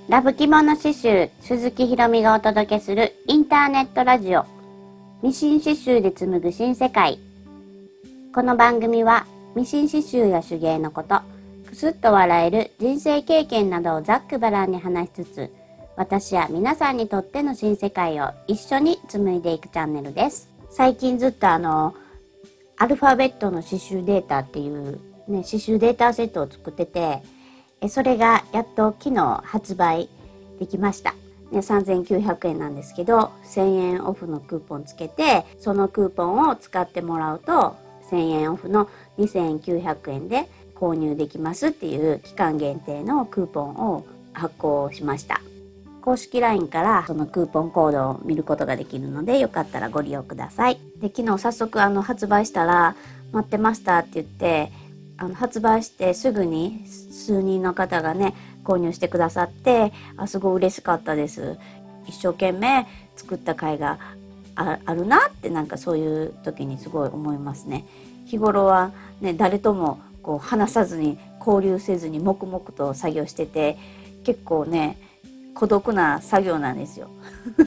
ラブ着物刺繍鈴木ひろみがお届けするインターネットラジオミシン刺繍で紡ぐ新世界。この番組はミシン刺繍や手芸のこと、くすっと笑える人生経験などをざっくばらんに話しつつ、私や皆さんにとっての新世界を一緒に紡いでいくチャンネルです。最近ずっとアルファベットの刺繍データっていうね、刺繍データセットを作ってて、それがやっと昨日発売できました。3900円なんですけど、1000円オフのクーポンつけて、そのクーポンを使ってもらうと、1000円オフの2900円で購入できますっていう期間限定のクーポンを発行しました。公式 LINE からそのクーポンコードを見ることができるので、よかったらご利用ください。で、昨日早速発売したら、待ってましたって言って、発売してすぐに数人の方がね購入してくださって、すごい嬉しかったです。一生懸命作った甲斐があるなって、なんかそういう時にすごい思いますね。日頃はね誰ともこう話さずに交流せずに黙々と作業してて、結構ね孤独な作業なんですよ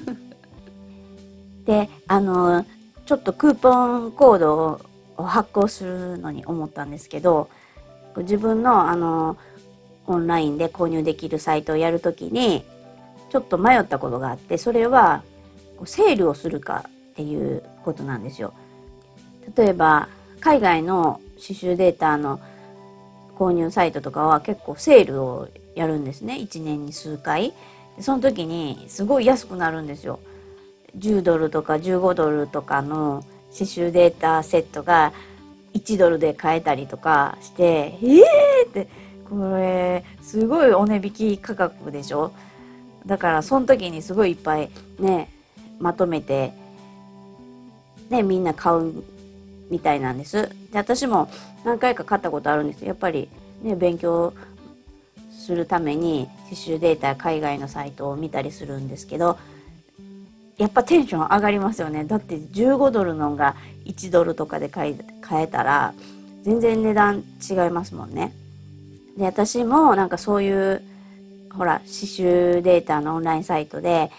でちょっとクーポンコードを発行するのに思ったんですけど、自分のオンラインで購入できるサイトをやるときにちょっと迷ったことがあって、それはセールをするかっていうことなんですよ。例えば海外の刺繍データの購入サイトとかは結構セールをやるんですね。1年に数回。その時にすごい安くなるんですよ。10ドルとか15ドルとかの刺繍データセットが1ドルで買えたりとかして、ってこれすごいお値引き価格でしょ。だからその時にすごいいっぱいねまとめてねみんな買うみたいなんです。で、私も何回か買ったことあるんです。やっぱりね勉強するために刺繍データ海外のサイトを見たりするんですけど、やっぱテンション上がりますよね。だって15ドルのが1ドルとかで買えたら全然値段違いますもんね。で、私もなんかそういうほら刺繍データのオンラインサイトで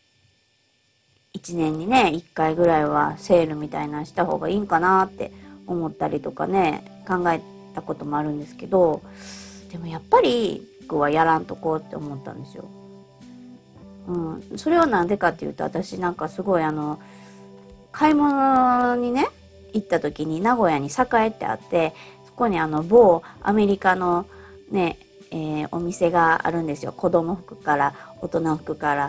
1年にね1回ぐらいはセールみたいなした方がいいんかなって思ったりとかね考えたこともあるんですけど、でもやっぱり僕はやらんとこうって思ったんですよ。それはなんでかっていうと、私なんかすごい買い物にね行った時に名古屋に栄ってあって、そこに某アメリカのね、お店があるんですよ。子供服から大人服から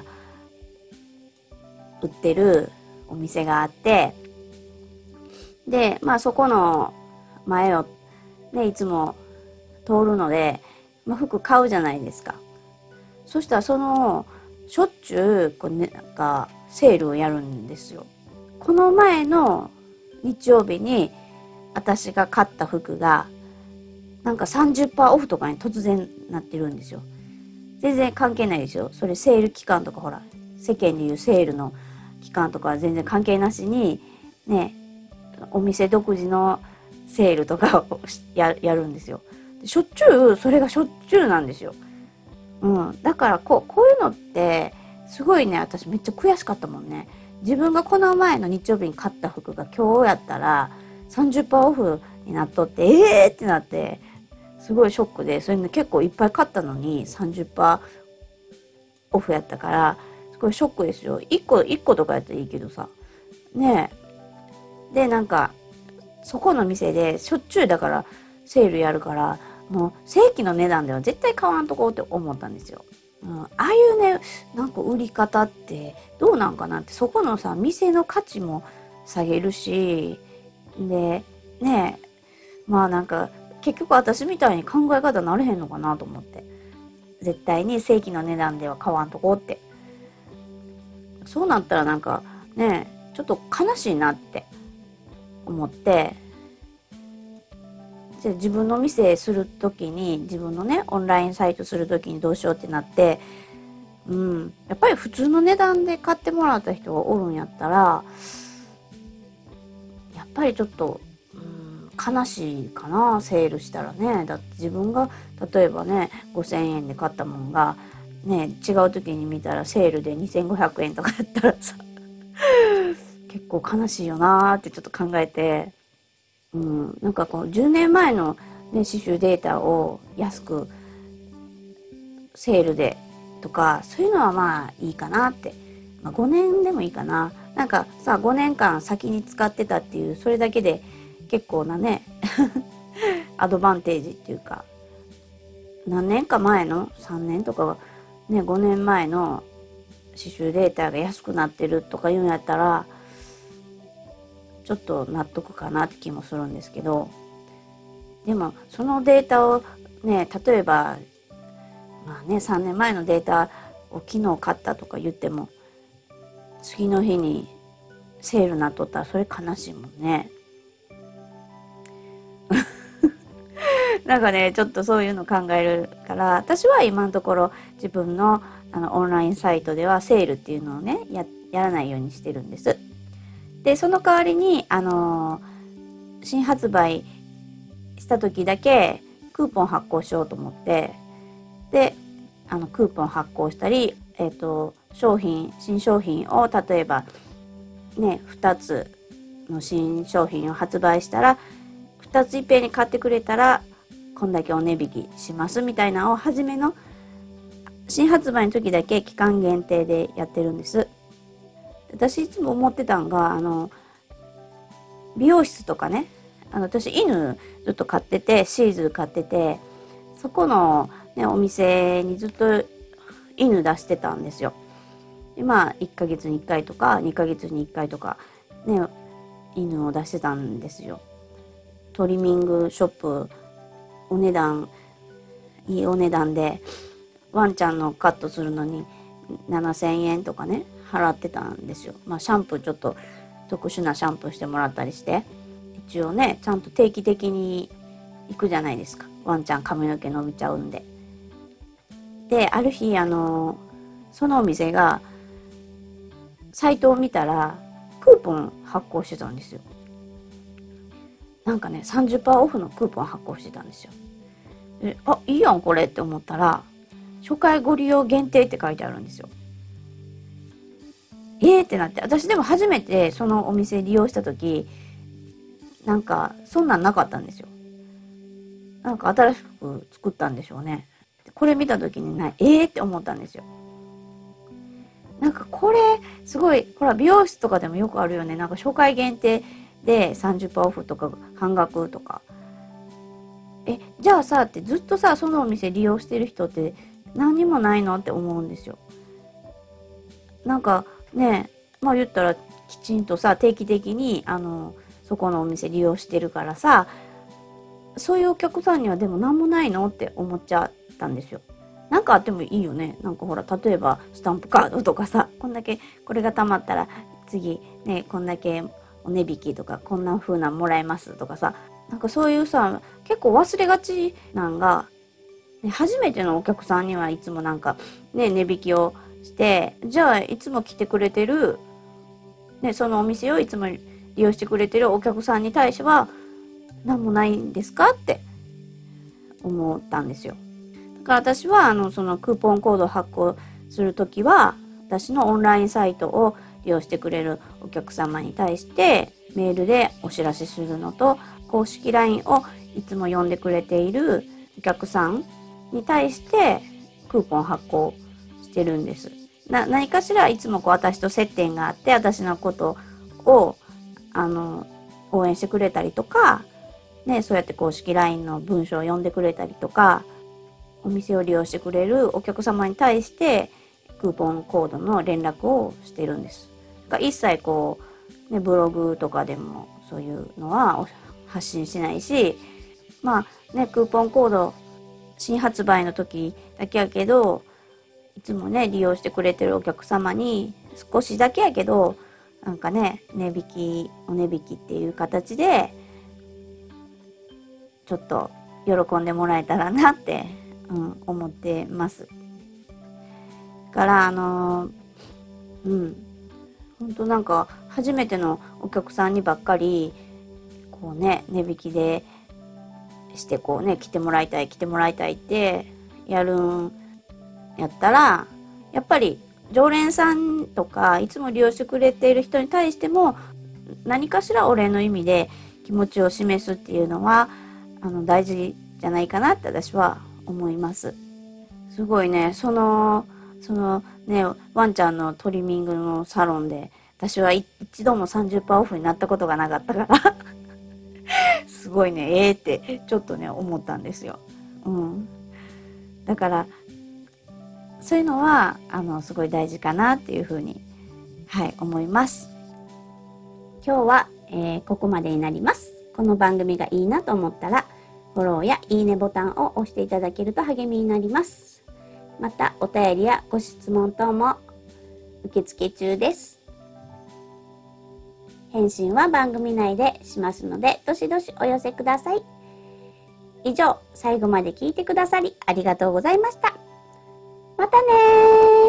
売ってるお店があって、でそこの前をねいつも通るので、服買うじゃないですか。そしたらしょっちゅうなんかセールをやるんですよ。この前の日曜日に私が買った服がなんか 30% オフとかに突然なってるんですよ。全然関係ないですよ。それセール期間とかほら世間でいうセールの期間とかは全然関係なしにね、お店独自のセールとかをやるんですよ。しょっちゅうそれがしょっちゅうなんですよ。だからこういうのってすごいね、私めっちゃ悔しかったもんね。自分がこの前の日曜日に買った服が今日やったら 30% オフになっとって、ってなって、すごいショックで、それね結構いっぱい買ったのに 30% オフやったから、すごいショックですよ。1個とかやったらいいけどさ。ねえ。で、なんか、そこの店でしょっちゅうだからセールやるから、もう正規の値段では絶対買わんとこうって思ったんですよ。ああいうね、なんか売り方ってどうなんかなって、そこのさ、店の価値も下げるし、で、ねえ、なんか、結局私みたいに考え方なれへんのかなと思って。絶対に正規の値段では買わんとこうって。そうなったらなんか、ねえ、ちょっと悲しいなって思って、自分の店するときに、自分のねオンラインサイトするときにどうしようってなって、やっぱり普通の値段で買ってもらった人がおるんやったら、やっぱりちょっと、悲しいかな、セールしたらね。だって自分が例えばね5000円で買ったもんがね、違う時に見たらセールで2500円とかやったらさ結構悲しいよなーってちょっと考えて、なんかこう10年前の、ね、刺繍データを安くセールでとかそういうのはまあいいかなって、5年でもいいかな。なんかさ5年間先に使ってたっていうそれだけで結構なねアドバンテージっていうか、何年か前の3年とかね5年前の刺繍データが安くなってるとかいうんやったらちょっと納得かなって気もするんですけど、でもそのデータをね例えば3年前のデータを昨日買ったとか言っても次の日にセールなっとったらそれ悲しいもんね。なんかねちょっとそういうの考えるから私は今のところ自分のオンラインサイトではセールっていうのをねやらないようにしてるんです。でその代わりに新発売した時だけクーポン発行しようと思って、でクーポン発行したり、新商品を例えばね2つの新商品を発売したら2ついっぺんに買ってくれたらこんだけお値引きしますみたいなのを初めの新発売の時だけ期間限定でやってるんです。私いつも思ってたんが美容室とかね、私犬ずっと飼っててシーズー飼っててそこの、ね、お店にずっと犬出してたんですよ。で1ヶ月に1回とか2ヶ月に1回とかね犬を出してたんですよ。トリミングショップいいお値段でワンちゃんのカットするのに7000円とかね払ってたんですよ。シャンプーちょっと特殊なシャンプーしてもらったりして一応ねちゃんと定期的に行くじゃないですか。ワンちゃん髪の毛伸びちゃうんで。である日そのお店がサイトを見たらクーポン発行してたんですよ。なんかね 30% オフのクーポン発行してたんですよ。でいいやんこれって思ったら初回ご利用限定って書いてあるんですよ。ってなって、私でも初めてそのお店利用した時なんかそんなんなかったんですよ。なんか新しく作ったんでしょうね。これ見た時にって思ったんですよ。なんかこれすごいほら美容室とかでもよくあるよね。なんか初回限定で 30% オフとか半額とかじゃあさってずっとさそのお店利用してる人って何にもないのって思うんですよ。なんかね言ったらきちんとさ定期的にそこのお店利用してるからさそういうお客さんにはでも何もないのって思っちゃったんですよ。なんかあってもいいよね。なんかほら例えばスタンプカードとかさこんだけこれがたまったら次ねこんだけお値引きとかこんな風なんもらえますとかさ、なんかそういうさ結構忘れがちなんが、初めてのお客さんにはいつもなんかね値引きをしてじゃあいつも来てくれてる、そのお店をいつも利用してくれてるお客さんに対しては何もないんですかって思ったんですよ。だから私はそのクーポンコードを発行するときは私のオンラインサイトを利用してくれるお客様に対してメールでお知らせするのと公式 LINE をいつも読んでくれているお客さんに対してクーポン発行してるんです。何かしらいつも私と接点があって私のことを応援してくれたりとか、そうやって公式 LINE の文章を読んでくれたりとかお店を利用してくれるお客様に対してクーポンコードの連絡をしてるんです。だから一切ブログとかでもそういうのは発信しないし、クーポンコード新発売の時だけやけどいつもね利用してくれてるお客様に少しだけやけどなんかねお値引きっていう形でちょっと喜んでもらえたらなって、思ってます。だから本当なんか初めてのお客さんにばっかり値引きでして来てもらいたいってやるんやったら、やっぱり常連さんとかいつも利用してくれている人に対しても何かしらお礼の意味で気持ちを示すっていうのは大事じゃないかなって私は思います。すごいね、そのね、ワンちゃんのトリミングのサロンで私は一度も 30% オフになったことがなかったからすごいね、ってちょっとね思ったんですよ。うん。だからそういうのはすごい大事かなっていうふうに、はい、思います。今日は、ここまでになります。この番組がいいなと思ったらフォローやいいねボタンを押していただけると励みになります。またお便りやご質問等も受付中です。返信は番組内でしますのでどしどしお寄せください。以上、最後まで聞いてくださりありがとうございました。またねー。